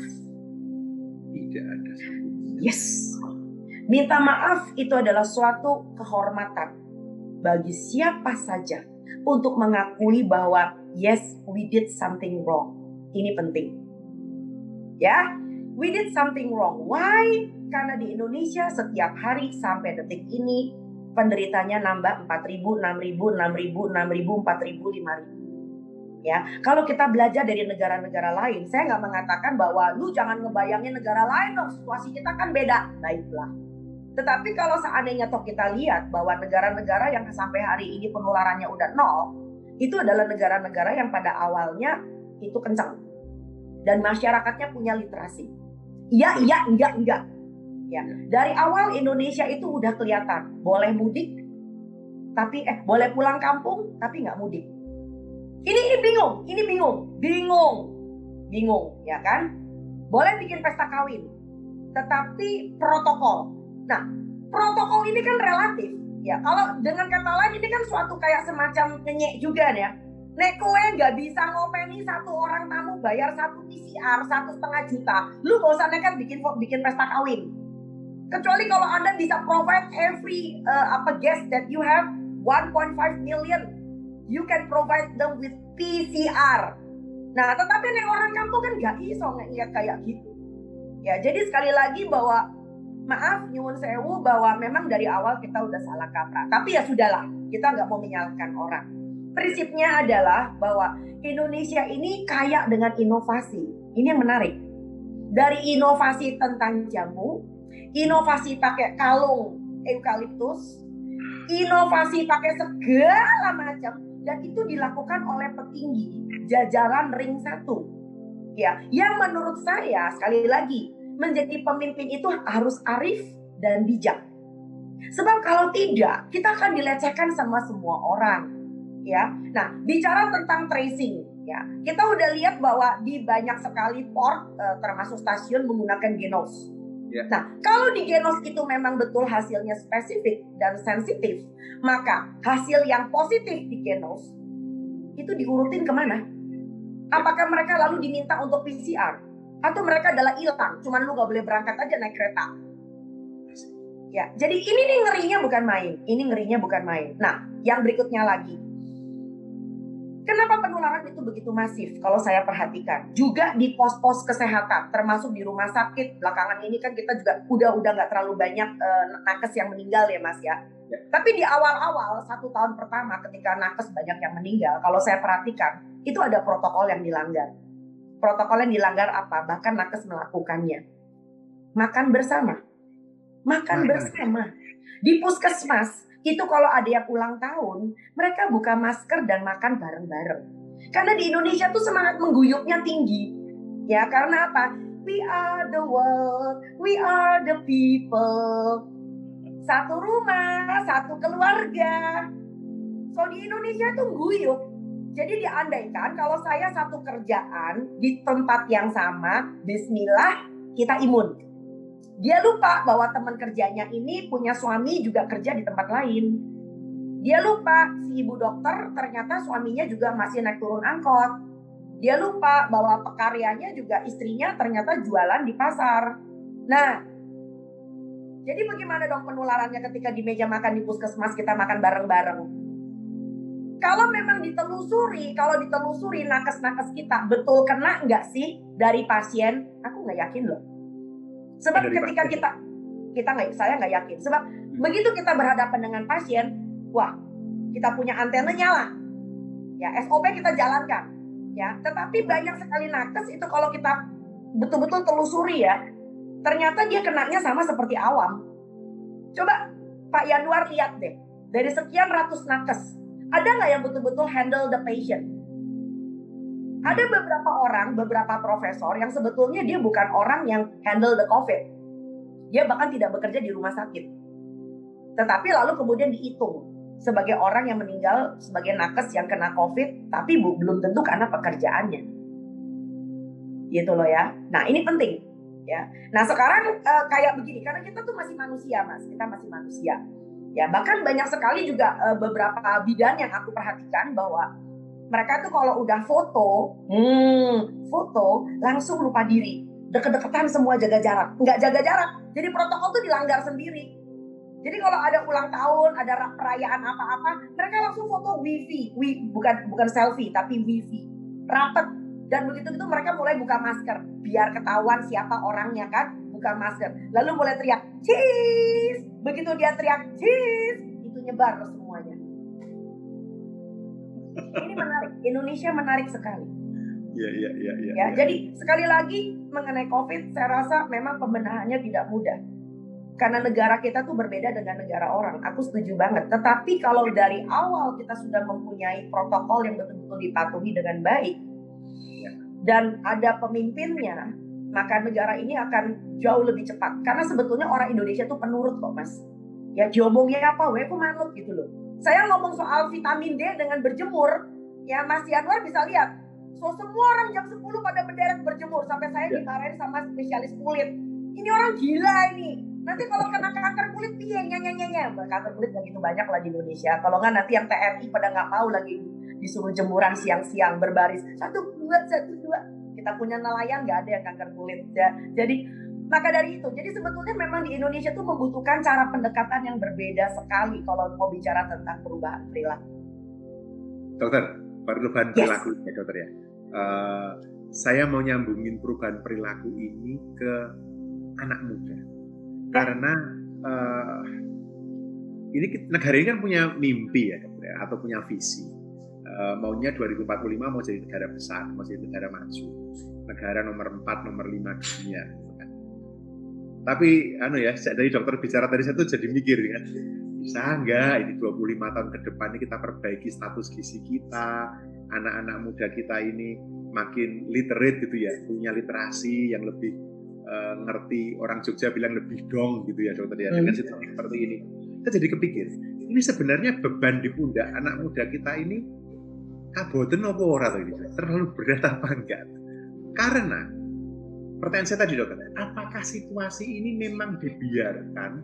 Tidak ada. Yes. Minta maaf itu adalah suatu kehormatan bagi siapa saja untuk mengakui bahwa yes, we did something wrong. Ini penting. Ya, we did something wrong. Why? Karena di Indonesia setiap hari sampai detik ini penderitanya nambah empat ribu, enam ribu, enam ribu, enam ribu, empat ribu, lima ribu. Ya, kalau kita belajar dari negara-negara lain, saya nggak mengatakan bahwa lu jangan ngebayangin negara lain dong, situasi kita kan beda. Baiklah. Tetapi kalau seandainya toh kita lihat bahwa negara-negara yang sampai hari ini penularannya udah nol, itu adalah negara-negara yang pada awalnya itu kencang. Dan masyarakatnya punya literasi. Iya, iya, enggak, enggak. Ya, dari awal Indonesia itu udah kelihatan. Boleh mudik, tapi eh boleh pulang kampung, tapi nggak mudik. Ini, ini bingung, ini bingung, bingung, bingung, ya kan? Boleh bikin pesta kawin, tetapi protokol. Nah, protokol ini kan relatif, ya. Kalau dengan kata lain ini kan suatu kayak semacam ngenyek juga ya. Nek kowe nggak bisa ngopeni satu orang tamu bayar satu P C R satu setengah juta, lu gak usah nekat bikin bikin pesta kawin. Kecuali kalau Anda bisa provide every uh, apa guest that you have one point five million, you can provide them with P C R. Nah, tetapi nek orang kampung kan nggak iso ngeliat kayak gitu. Ya, jadi sekali lagi bahwa maaf nyuwun sewu bahwa memang dari awal kita udah salah kaprah. Tapi ya sudahlah, kita nggak mau menyalahkan orang. Prinsipnya adalah bahwa Indonesia ini kaya dengan inovasi. Ini yang menarik. Dari inovasi tentang jamu, inovasi pakai kalung eukaliptus, inovasi pakai segala macam, dan itu dilakukan oleh petinggi jajaran ring satu. Ya, yang menurut saya sekali lagi menjadi pemimpin itu harus arif dan bijak. Sebab kalau tidak, kita akan dilecehkan sama semua orang. Ya, nah bicara tentang tracing, ya kita udah lihat bahwa di banyak sekali port, eh, termasuk stasiun menggunakan genos. Ya. Nah, kalau di genos itu memang betul hasilnya spesifik dan sensitif, maka hasil yang positif di genos itu diurutin kemana? Apakah mereka lalu diminta untuk P C R? Atau mereka adalah hilang, cuman lu gak boleh berangkat aja naik kereta. Ya, jadi ini nih ngerinya bukan main. Ini ngerinya bukan main. Nah, yang berikutnya lagi. Kenapa penularan itu begitu masif kalau saya perhatikan? Juga di pos-pos kesehatan, termasuk di rumah sakit. Belakangan ini kan kita juga udah-udah gak terlalu banyak uh, nakes yang meninggal ya Mas ya. Ya. Tapi di awal-awal, satu tahun pertama ketika nakes banyak yang meninggal, kalau saya perhatikan, itu ada protokol yang dilanggar. Protokol yang dilanggar apa? Bahkan nakes melakukannya. Makan bersama. Makan bersama. Di puskesmas, itu kalau ada yang ulang tahun, mereka buka masker dan makan bareng-bareng. Karena di Indonesia tuh semangat mengguyupnya tinggi. Ya, karena apa? We are the world, we are the people. Satu rumah, satu keluarga. So di Indonesia tuh guyup. Jadi diandaikan kalau saya satu kerjaan di tempat yang sama, bismillah, kita imun. Dia lupa bahwa teman kerjanya ini punya suami juga kerja di tempat lain. Dia lupa si ibu dokter ternyata suaminya juga masih naik turun angkot. Dia lupa bahwa pekaryanya juga istrinya ternyata jualan di pasar. Nah, jadi bagaimana dong penularannya ketika di meja makan di puskesmas kita makan bareng-bareng? Kalau memang ditelusuri, kalau ditelusuri nakes-nakes kita betul kena nggak sih dari pasien? Aku nggak yakin loh. Sebab dari ketika pasien. kita kita nggak, saya nggak yakin. Sebab hmm. begitu kita berhadapan dengan pasien, wah kita punya antena nyala. Ya, S O P kita jalankan. Ya, tetapi banyak sekali nakes itu kalau kita betul-betul telusuri ya, ternyata dia kenanya sama seperti awam. Coba Pak Yanuar lihat deh, dari sekian ratus nakes, ada nggak yang betul-betul handle the patient? Ada beberapa orang, beberapa profesor yang sebetulnya dia bukan orang yang handle the COVID. Dia bahkan tidak bekerja di rumah sakit. Tetapi lalu kemudian dihitung sebagai orang yang meninggal sebagai nakes yang kena COVID, tapi belum tentu karena pekerjaannya. Gitu loh ya. Nah ini penting. Ya. Nah sekarang uh, kayak begini, karena kita tuh masih manusia mas, kita masih manusia. Ya bahkan banyak sekali juga uh, beberapa bidan yang aku perhatikan bahwa mereka tuh kalau udah foto, hmm, foto langsung lupa diri, deket-deketan semua jaga jarak, nggak jaga jarak. Jadi protokol tuh dilanggar sendiri. Jadi kalau ada ulang tahun, ada perayaan apa-apa, mereka langsung foto wifi, wi, bukan bukan selfie tapi wifi, rapet. Dan begitu itu mereka mulai buka masker, biar ketahuan siapa orangnya kan, buka masker. Lalu mulai teriak, cheese. Begitu dia teriak, cheese, itu nyebar ke semuanya. Ini menarik, Indonesia menarik sekali. Ya, ya, ya, ya, ya, ya. Jadi sekali lagi mengenai COVID, saya rasa memang pembenahannya tidak mudah. Karena negara kita tuh berbeda dengan negara orang, aku setuju banget. Tetapi kalau dari awal kita sudah mempunyai protokol yang betul-betul dipatuhi dengan baik, dan ada pemimpinnya, maka negara ini akan jauh lebih cepat. Karena sebetulnya orang Indonesia tuh penurut kok mas. Ya diomongnya apa, weh aku manut gitu loh. Saya ngomong soal vitamin D dengan berjemur, ya Mas Yanuar bisa lihat. So semua orang jam sepuluh pada berderet berjemur, sampai saya ya. dimarahin sama spesialis kulit. Ini orang gila ini. Nanti kalau kena kanker kulit piye nyanyi-nyanyi. Kanker kulit nggak gitu banyak lah di Indonesia. Kalau nggak nanti yang T N I pada nggak mau lagi disuruh jemuran siang-siang berbaris. Satu dua satu dua. Kita punya nelayan nggak ada yang kanker kulit ya. Jadi maka dari itu, jadi sebetulnya memang di Indonesia tuh membutuhkan cara pendekatan yang berbeda sekali kalau mau bicara tentang perubahan perilaku. Dokter, perubahan yes. perilaku ya dokter ya. Uh, saya mau nyambungin perubahan perilaku ini ke anak muda. Karena uh, ini negara ini kan punya mimpi ya dokter ya, atau punya visi. Uh, maunya dua ribu empat puluh lima mau jadi negara besar, mau jadi negara maju. Negara nomor empat, nomor lima dunia. Tapi anu ya, dari dokter bicara tadi saya tuh jadi mikir kan, bisa enggak ini dua puluh lima tahun ke depan ini kita perbaiki status gizi kita, anak-anak muda kita ini makin literate gitu ya, punya literasi yang lebih uh, ngerti, orang Jogja bilang lebih dong gitu ya dokter ya, dengan situasi seperti ini. Kita jadi kepikir, ini sebenarnya beban di pundak anak muda kita ini kaboten apa ora tuh ini, terlalu berat apa enggak? Karena pertanyaan saya tadi dokter, apakah situasi ini memang dibiarkan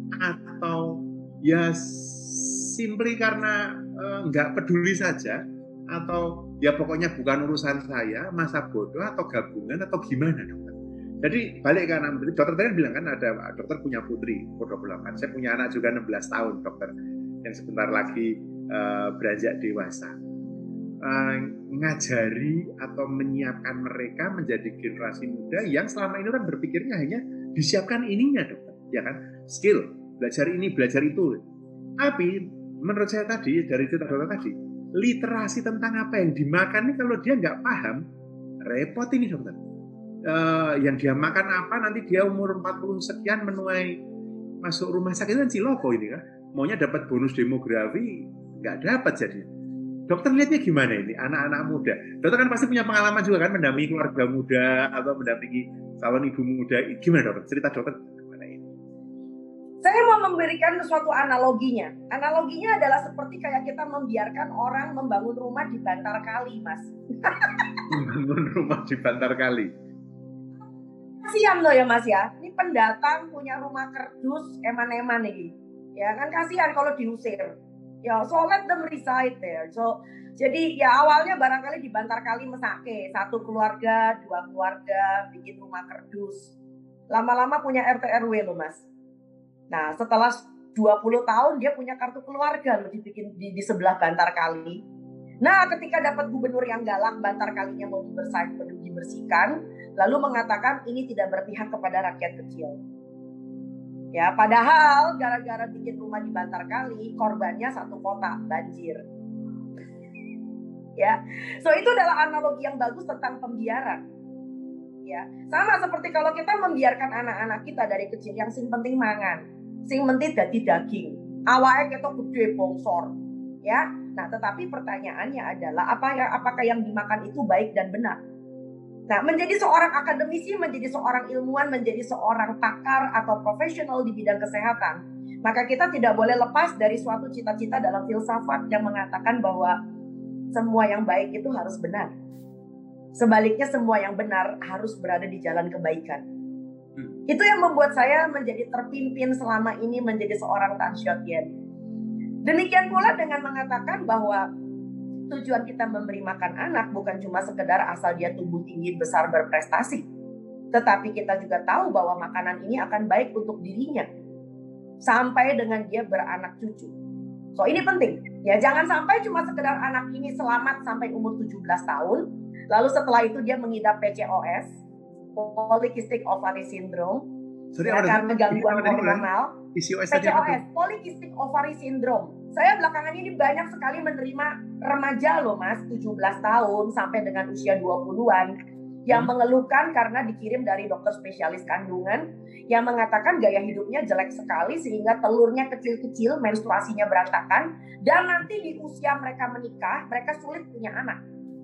atau ya simply karena uh, nggak peduli saja, atau ya pokoknya bukan urusan saya, masa bodoh atau gabungan atau gimana dokter? Jadi balik ke anak, dokter tadi bilang kan ada dokter punya putri umur dua puluh delapan, saya punya anak juga enam belas tahun dokter yang sebentar lagi uh, beranjak dewasa. Uh, ngajari atau menyiapkan mereka menjadi generasi muda yang selama ini kan berpikirnya hanya disiapkan ininya dokter, ya kan, skill, belajar ini, belajar itu. Tapi menurut saya tadi dari cerita dokter tadi, literasi tentang apa yang dimakan ini kalau dia nggak paham, repot ini dokter. Uh, yang dia makan apa nanti dia umur empat puluh sekian menuai masuk rumah sakit kan ciloko ini kan, maunya dapat bonus demografi nggak dapat jadinya. Dokter lihatnya gimana ini anak-anak muda? Dokter kan pasti punya pengalaman juga kan mendampingi keluarga muda atau mendampingi calon ibu muda. Gimana dokter? Cerita dokter gimana ini? Saya mau memberikan suatu analoginya. Analoginya adalah seperti kayak kita membiarkan orang membangun rumah di bantar kali, Mas. Membangun rumah di bantar kali. Kasihan loh ya Mas ya. Ini pendatang punya rumah kerdus eman-eman nih. Ya kan kasihan kalau diusir. Ya, so let them reside there. So, jadi ya awalnya barangkali di bantar kali mesake, satu keluarga, dua keluarga, bikin rumah kerdus. Lama-lama punya R T R W loh Mas. Nah, setelah dua puluh tahun dia punya kartu keluarga loh dibikin di, di sebelah bantar kali. Nah, ketika dapat gubernur yang galak, bantar kalinya mau dibersihkan, lalu mengatakan ini tidak berpihak kepada rakyat kecil. Ya, padahal gara-gara bikin rumah di bantar kali, korbannya satu kota banjir. Ya, so itu adalah analogi yang bagus tentang pembiaran. Ya, sama seperti kalau kita membiarkan anak-anak kita dari kecil yang sing penting mangan, sing penting dadi daging, awake kita gede bongsor, ya. Nah, tetapi pertanyaannya adalah apa ya, apakah yang dimakan itu baik dan benar? Nah, menjadi seorang akademisi, menjadi seorang ilmuwan, menjadi seorang pakar atau profesional di bidang kesehatan, maka kita tidak boleh lepas dari suatu cita-cita dalam filsafat yang mengatakan bahwa semua yang baik itu harus benar. Sebaliknya semua yang benar harus berada di jalan kebaikan. Hmm. Itu yang membuat saya menjadi terpimpin selama ini menjadi seorang Tan Shot Yen. Demikian pula dengan mengatakan bahwa tujuan kita memberi makan anak bukan cuma sekedar asal dia tumbuh tinggi, besar, berprestasi. Tetapi kita juga tahu bahwa makanan ini akan baik untuk dirinya. Sampai dengan dia beranak cucu. So ini penting. Ya, jangan sampai cuma sekedar anak ini selamat sampai umur tujuh belas tahun. Lalu setelah itu dia mengidap P C O S, Polycystic Ovary Syndrome, Sorry, ya, karena gangguan hormonal. P C O S, P C O S, Polycystic Ovary Syndrome. Saya belakangan ini banyak sekali menerima remaja loh mas, tujuh belas tahun sampai dengan usia dua puluhan, yang hmm. mengeluhkan karena dikirim dari dokter spesialis kandungan, yang mengatakan gaya hidupnya jelek sekali sehingga telurnya kecil-kecil, menstruasinya berantakan, dan nanti di usia mereka menikah, mereka sulit punya anak.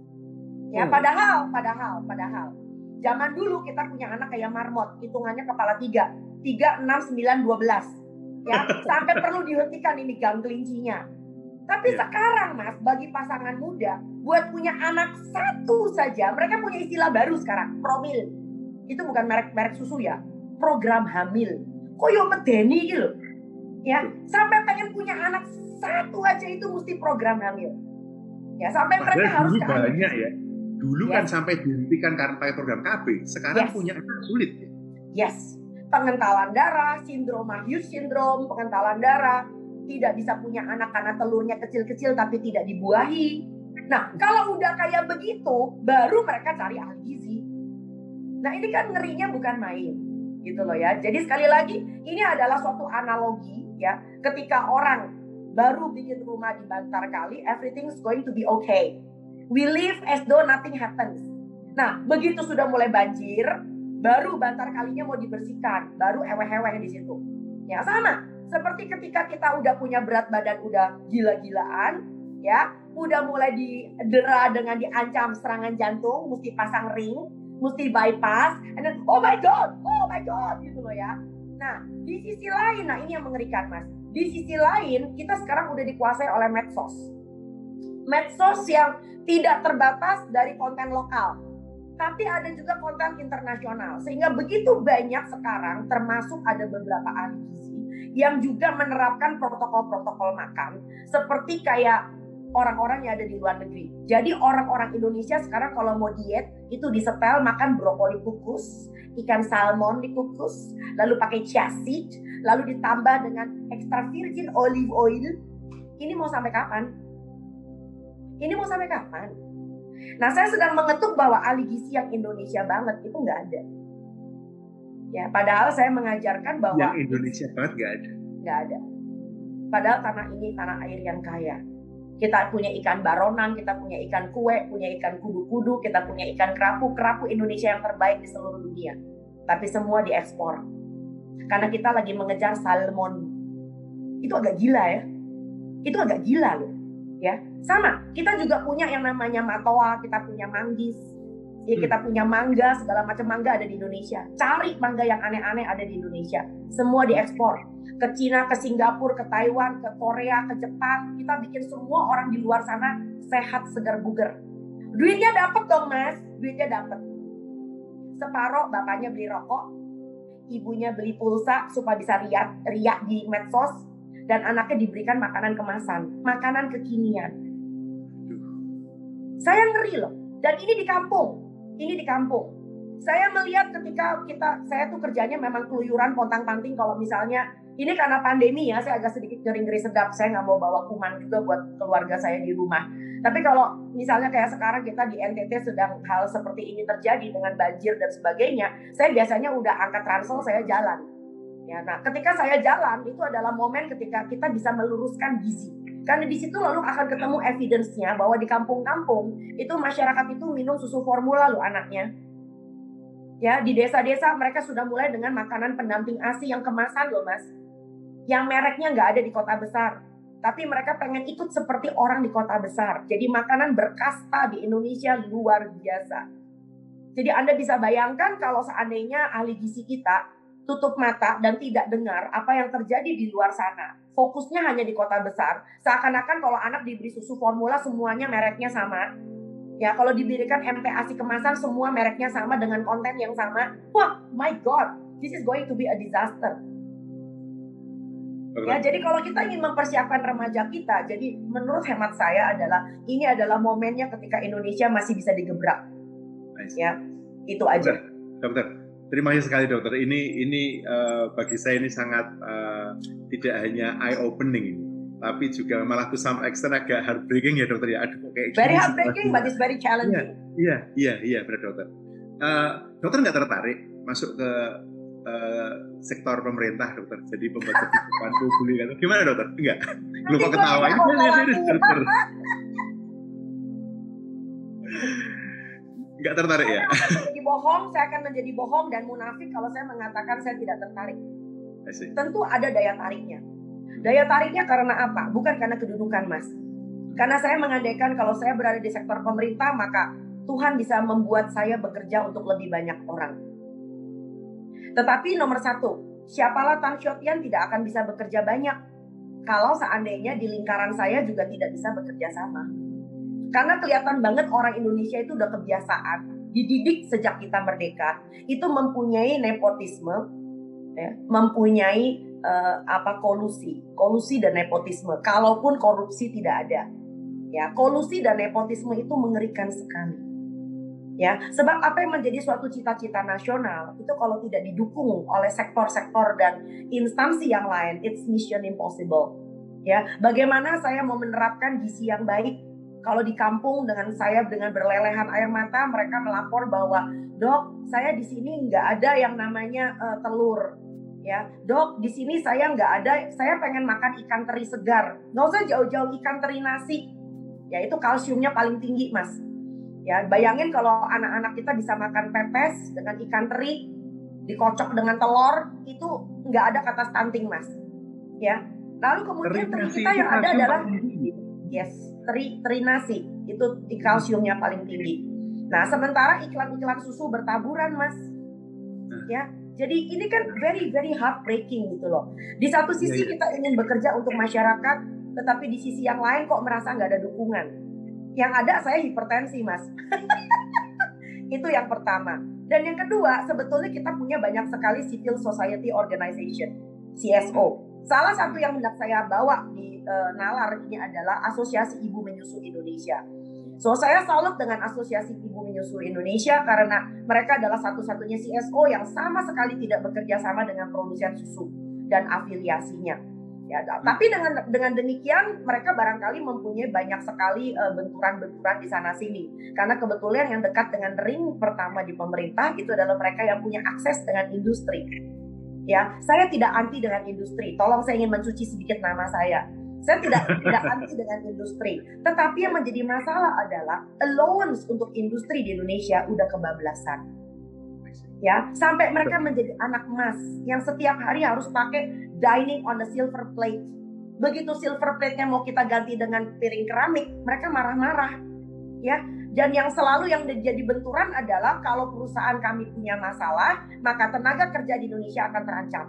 Ya, padahal, padahal, padahal. Zaman dulu kita punya anak kayak marmot, hitungannya kepala tiga, tiga, enam, sembilan, dua belas. Ya, sampai perlu dihentikan ini gang kelincinya. Tapi yeah. sekarang mas, bagi pasangan muda, buat punya anak satu saja, mereka punya istilah baru sekarang, promil. Itu bukan merek-merek susu ya, program hamil. Kok yo medeni gitu. Ya, sampai pengen punya anak satu aja itu mesti program hamil. Ya, sampai Padahal mereka harus banyak ya. Dulu yes. kan sampai dihentikan karena pakai program K B, sekarang yes. punya anak sulit. Yes, pengentalan darah, sindrom Hughes syndrome, pengentalan darah, tidak bisa punya anak karena telurnya kecil-kecil tapi tidak dibuahi. Nah, kalau udah kayak begitu, baru mereka cari ahli gizi. Nah, ini kan ngerinya bukan main, gitu loh ya. Jadi sekali lagi, ini adalah suatu analogi ya, ketika orang baru bikin rumah di Bantar Kali, everything's going to be okay. We live as though nothing happens. Nah, begitu sudah mulai banjir, baru bantar kalinya mau dibersihkan, baru eweh-eweh di situ. Ya sama, seperti ketika kita udah punya berat badan udah gila-gilaan, ya, udah mulai didera dengan diancam serangan jantung, mesti pasang ring, mesti bypass, and then oh my god, oh my god, gitu loh ya. Nah, di sisi lain, nah ini yang mengerikan mas. Di sisi lain, kita sekarang udah dikuasai oleh medsos. Medsos yang tidak terbatas dari konten lokal, tapi ada juga konten internasional. Sehingga begitu banyak sekarang, termasuk ada beberapa ahli gizi yang juga menerapkan protokol-protokol makan seperti kayak orang-orang yang ada di luar negeri. Jadi orang-orang Indonesia sekarang kalau mau diet itu disetel makan brokoli kukus, ikan salmon dikukus, lalu pakai chia seed, lalu ditambah dengan extra virgin olive oil. Ini mau sampai kapan? Ini mau sampai kapan? Nah, saya sedang mengetuk bahwa ahli gizi yang Indonesia banget itu nggak ada. Ya, padahal saya mengajarkan bahwa yang Indonesia banget nggak ada. Nggak ada. Padahal tanah ini tanah air yang kaya. Kita punya ikan baronang, kita punya ikan kue, punya ikan kudu-kudu, kita punya ikan kerapu, kerapu Indonesia yang terbaik di seluruh dunia. Tapi semua diekspor. Karena kita lagi mengejar salmon. Itu agak gila ya. Itu agak gila loh. Ya, sama. Kita juga punya yang namanya matoa, kita punya manggis, ya kita punya mangga, segala macam mangga ada di Indonesia. Cari mangga yang aneh-aneh ada di Indonesia. Semua diekspor ke Cina, ke Singapura, ke Taiwan, ke Korea, ke Jepang. Kita bikin semua orang di luar sana sehat, segar, bugar. Duitnya dapat dong mas, duitnya dapat. Separoh bapaknya beli rokok, ibunya beli pulsa supaya bisa riak, riak di medsos. Dan anaknya diberikan makanan kemasan, makanan kekinian. Saya ngeri loh. Dan ini di kampung, ini di kampung. Saya melihat ketika kita, saya tuh kerjanya memang keluyuran pontang-panting. Kalau misalnya, ini karena pandemi ya, saya agak sedikit ngeri-ngeri sedap. Saya nggak mau bawa kuman juga buat keluarga saya di rumah. Tapi kalau misalnya kayak sekarang kita di N T T sedang hal seperti ini terjadi dengan banjir dan sebagainya, saya biasanya udah angkat ransel, saya jalan. Ya, nah, ketika saya jalan itu adalah momen ketika kita bisa meluruskan gizi. Karena di situ lalu akan ketemu evidence-nya bahwa di kampung-kampung itu masyarakat itu minum susu formula loh anaknya. Ya, di desa-desa mereka sudah mulai dengan makanan pendamping A S I yang kemasan loh Mas. Yang mereknya nggak ada di kota besar. Tapi mereka pengen ikut seperti orang di kota besar. Jadi makanan berkasta di Indonesia luar biasa. Jadi Anda bisa bayangkan kalau seandainya ahli gizi kita tutup mata dan tidak dengar apa yang terjadi di luar sana. Fokusnya hanya di kota besar. Seakan-akan kalau anak diberi susu formula semuanya mereknya sama. Ya, kalau diberikan M P A S I kemasan semua mereknya sama dengan konten yang sama. Wah, my God, this is going to be a disaster. Ya, jadi kalau kita ingin mempersiapkan remaja kita, jadi menurut hemat saya adalah ini adalah momennya ketika Indonesia masih bisa digebrak. Nice. Ya, itu aja. Dokter, dokter, terima kasih sekali dokter. Ini ini uh, bagi saya ini sangat uh, tidak hanya eye opening ini, tapi juga malah to some extent agak heartbreaking ya dokter ya. Aduh, kayak very gini heartbreaking, but it's very challenging. Iya, iya, iya, benar dokter. Uh, dokter nggak tertarik masuk ke uh, sektor pemerintah dokter, jadi pembuat kebijakan publik kan? Gimana dokter? Enggak, lupa ketawa. Ini serius dokter. Nggak tertarik ya? Saya akan menjadi bohong, saya akan menjadi bohong dan munafik kalau saya mengatakan saya tidak tertarik. Tentu ada daya tariknya. Daya tariknya karena apa? Bukan karena kedudukan, Mas. Karena saya mengandaikan kalau saya berada di sektor pemerintah, maka Tuhan bisa membuat saya bekerja untuk lebih banyak orang. Tetapi nomor satu, siapalah Tan Shot Yen tidak akan bisa bekerja banyak kalau seandainya di lingkaran saya juga tidak bisa bekerja sama. Karena kelihatan banget orang Indonesia itu udah kebiasaan, dididik sejak kita merdeka, itu mempunyai nepotisme, ya, mempunyai uh, apa kolusi, kolusi dan nepotisme. Kalaupun korupsi tidak ada, ya kolusi dan nepotisme itu mengerikan sekali. Ya, sebab apa yang menjadi suatu cita-cita nasional itu kalau tidak didukung oleh sektor-sektor dan instansi yang lain, it's mission impossible. Ya, bagaimana saya mau menerapkan gizi yang baik? Kalau di kampung dengan saya dengan berlelehan air mata, mereka melapor bahwa dok, saya di sini nggak ada yang namanya uh, telur. Ya, dok, di sini saya nggak ada, saya pengen makan ikan teri segar. Nggak usah jauh-jauh ikan teri nasi. Ya, itu kalsiumnya paling tinggi, Mas. Ya, bayangin kalau anak-anak kita bisa makan pepes dengan ikan teri, dikocok dengan telur, itu nggak ada kata stunting, Mas. Ya, lalu kemudian teri kita yang ada adalah yes, teri, teri nasi, itu kalsiumnya paling tinggi. Nah, sementara iklan-iklan susu bertaburan, Mas. Ya, jadi ini kan very very heartbreaking gitu loh. Di satu sisi kita ingin bekerja untuk masyarakat, tetapi di sisi yang lain kok merasa nggak ada dukungan. Yang ada saya hipertensi, Mas. Itu yang pertama. Dan yang kedua, sebetulnya kita punya banyak sekali civil society organization, C S O. Salah satu yang hendak saya bawa di uh, Nalar ini adalah Asosiasi Ibu Menyusui Indonesia. So, saya salut dengan Asosiasi Ibu Menyusui Indonesia karena mereka adalah satu-satunya C S O yang sama sekali tidak bekerja sama dengan produsen susu dan afiliasinya. Ya, tapi dengan dengan demikian mereka barangkali mempunyai banyak sekali uh, benturan-benturan di sana sini. Karena kebetulan yang dekat dengan ring pertama di pemerintah itu adalah mereka yang punya akses dengan industri. Ya, saya tidak anti dengan industri. Tolong, saya ingin mencuci sedikit nama saya. Saya tidak tidak anti dengan industri. Tetapi yang menjadi masalah adalah allowance untuk industri di Indonesia udah kebablasan. Ya, sampai mereka menjadi anak emas yang setiap hari harus pakai dining on the silver plate. Begitu silver plate-nya mau kita ganti dengan piring keramik, mereka marah-marah. Ya, dan yang selalu yang jadi benturan adalah kalau perusahaan kami punya masalah, maka tenaga kerja di Indonesia akan terancam.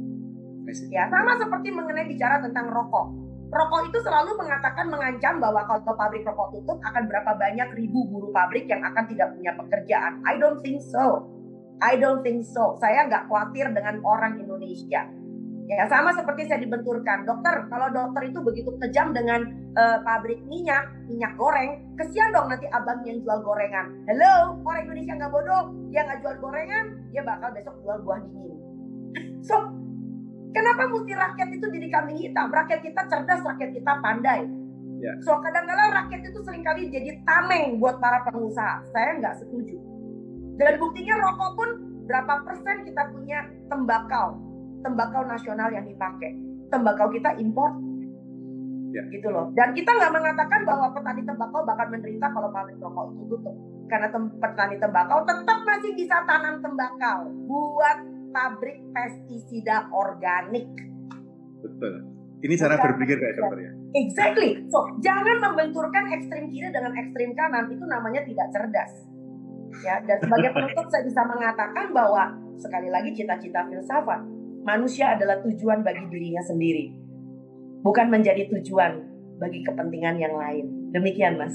Ya, sama seperti mengenai bicara tentang rokok. Rokok itu selalu mengatakan mengancam bahwa kalau pabrik rokok tutup akan berapa banyak ribu buruh pabrik yang akan tidak punya pekerjaan. I don't think so. I don't think so. Saya nggak khawatir dengan orang Indonesia. Ya, sama seperti saya dibenturkan. Dokter, kalau dokter itu begitu kejam dengan uh, pabrik minyak, minyak goreng, kesian dong nanti abang yang jual gorengan. Hello, orang Indonesia nggak bodoh. Dia nggak jual gorengan, dia bakal besok jual buah dingin. So, kenapa mesti rakyat itu jadi kambing hitam? Rakyat kita cerdas, rakyat kita pandai. Yeah. So, kadang-kadang rakyat itu seringkali jadi tameng buat para pengusaha. Saya nggak setuju. Dan buktinya rokok pun berapa persen kita punya tembakau. Tembakau nasional yang dipakai. Tembakau kita impor. Ya. Gitu loh. Dan kita nggak mengatakan bahwa petani tembakau bakal menderita kalau pabrik rokok itu tutup. Karena tem- petani tembakau tetap masih bisa tanam tembakau buat pabrik pestisida organik. Betul. Ini cara Bukan berpikir kayak dokter ya. Exactly. So, jangan membenturkan ekstrim kiri dengan ekstrim kanan. Itu namanya tidak cerdas. Ya, dan sebagai penutup saya bisa mengatakan bahwa sekali lagi cita-cita filsafat, manusia adalah tujuan bagi dirinya sendiri, bukan menjadi tujuan bagi kepentingan yang lain. Demikian, Mas.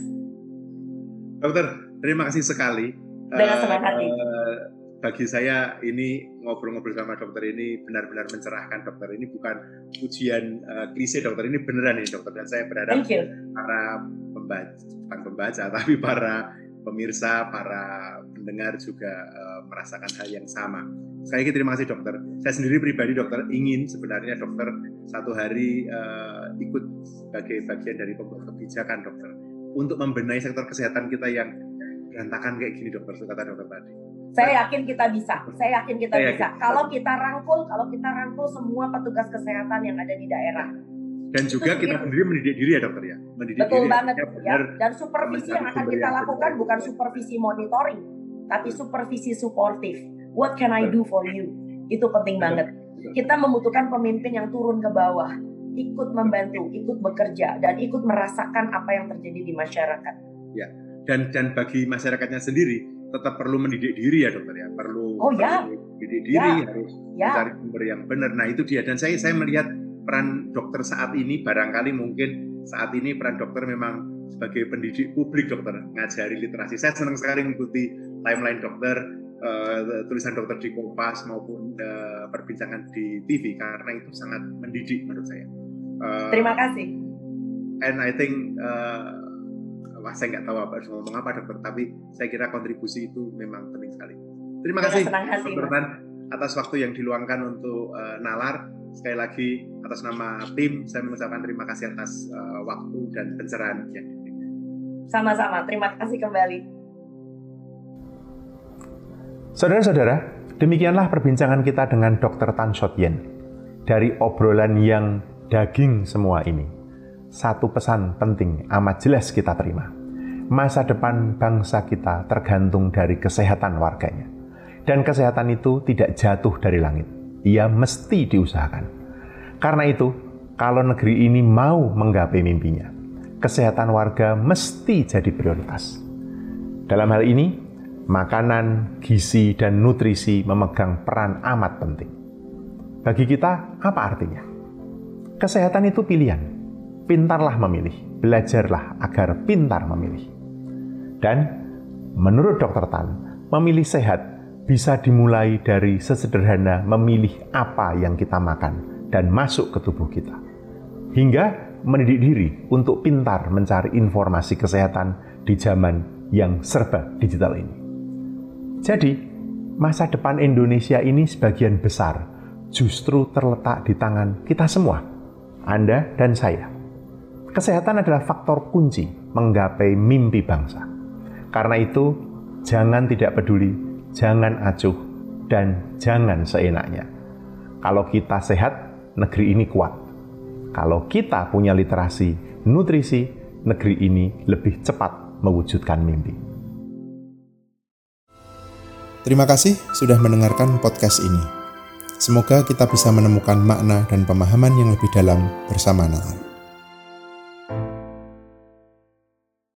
Dokter, terima kasih sekali. Dengan senang hati. Uh, bagi saya ini ngobrol-ngobrol sama dokter ini benar-benar mencerahkan, dokter. Ini bukan ujian uh, klise, dokter. Ini beneran ini, dokter. Dan saya berharap para pembaca, bukan pembaca, tapi para pemirsa, para pendengar juga uh, merasakan hal yang sama. Sekali lagi terima kasih, dokter. Saya sendiri pribadi, dokter, ingin sebenarnya dokter satu hari uh, ikut sebagai bagian dari pembuat kebijakan, dokter, untuk membenahi sektor kesehatan kita yang berantakan kayak gini, dokter. Kata dokter tadi. Saya yakin kita bisa. Saya yakin kita Saya bisa. yakin. Kalau kita rangkul, kalau kita rangkul semua petugas kesehatan yang ada di daerah. Dan juga itu kita sendiri mendidik diri ya, dokter ya. Mendidik betul diri banget ya. Benar, dan supervisi yang akan kita lakukan bukan supervisi monitoring, tapi supervisi suportif. What can I do for you? Itu penting banget. Kita membutuhkan pemimpin yang turun ke bawah, ikut membantu, ikut bekerja, dan ikut merasakan apa yang terjadi di masyarakat. Ya. Dan dan bagi masyarakatnya sendiri tetap perlu mendidik diri ya, dokter ya. Perlu, oh, ya. perlu mendidik diri, ya. harus ya. mencari sumber yang benar. Nah, itu dia. Dan saya saya melihat peran dokter saat ini, barangkali mungkin saat ini peran dokter memang sebagai pendidik publik, dokter, ngajari literasi. Saya senang sekali mengikuti timeline dokter, uh, tulisan dokter di Kompas maupun uh, perbincangan di T V, karena itu sangat mendidik menurut saya. Uh, Terima kasih. And I think uh, wah, saya nggak tahu apa harus ngomong apa, dokter, tapi saya kira kontribusi itu memang penting sekali. Terima kasih, dokter Tan, atas waktu yang diluangkan untuk uh, Nalar. Sekali lagi atas nama tim saya mengucapkan terima kasih atas uh, waktu dan pencerahan yang diberikan. Sama-sama, terima kasih kembali. Saudara-saudara, demikianlah perbincangan kita dengan dokter Tan Shot Yen. Dari obrolan yang daging semua ini, satu pesan penting amat jelas kita terima. Masa depan bangsa kita tergantung dari kesehatan warganya. Dan kesehatan itu tidak jatuh dari langit. Ia mesti diusahakan. Karena itu, kalau negeri ini mau menggapai mimpinya, kesehatan warga mesti jadi prioritas. Dalam hal ini, makanan, gizi, dan nutrisi memegang peran amat penting. Bagi kita, apa artinya? Kesehatan itu pilihan. Pintarlah memilih, belajarlah agar pintar memilih. Dan menurut dokter Tan, memilih sehat bisa dimulai dari sesederhana memilih apa yang kita makan dan masuk ke tubuh kita. Hingga mendidik diri untuk pintar mencari informasi kesehatan di zaman yang serba digital ini. Jadi, masa depan Indonesia ini sebagian besar justru terletak di tangan kita semua, Anda dan saya. Kesehatan adalah faktor kunci menggapai mimpi bangsa. Karena itu, jangan tidak peduli, jangan acuh, dan jangan seenaknya. Kalau kita sehat, negeri ini kuat. Kalau kita punya literasi, nutrisi, negeri ini lebih cepat mewujudkan mimpi. Terima kasih sudah mendengarkan podcast ini. Semoga kita bisa menemukan makna dan pemahaman yang lebih dalam bersama Nalar.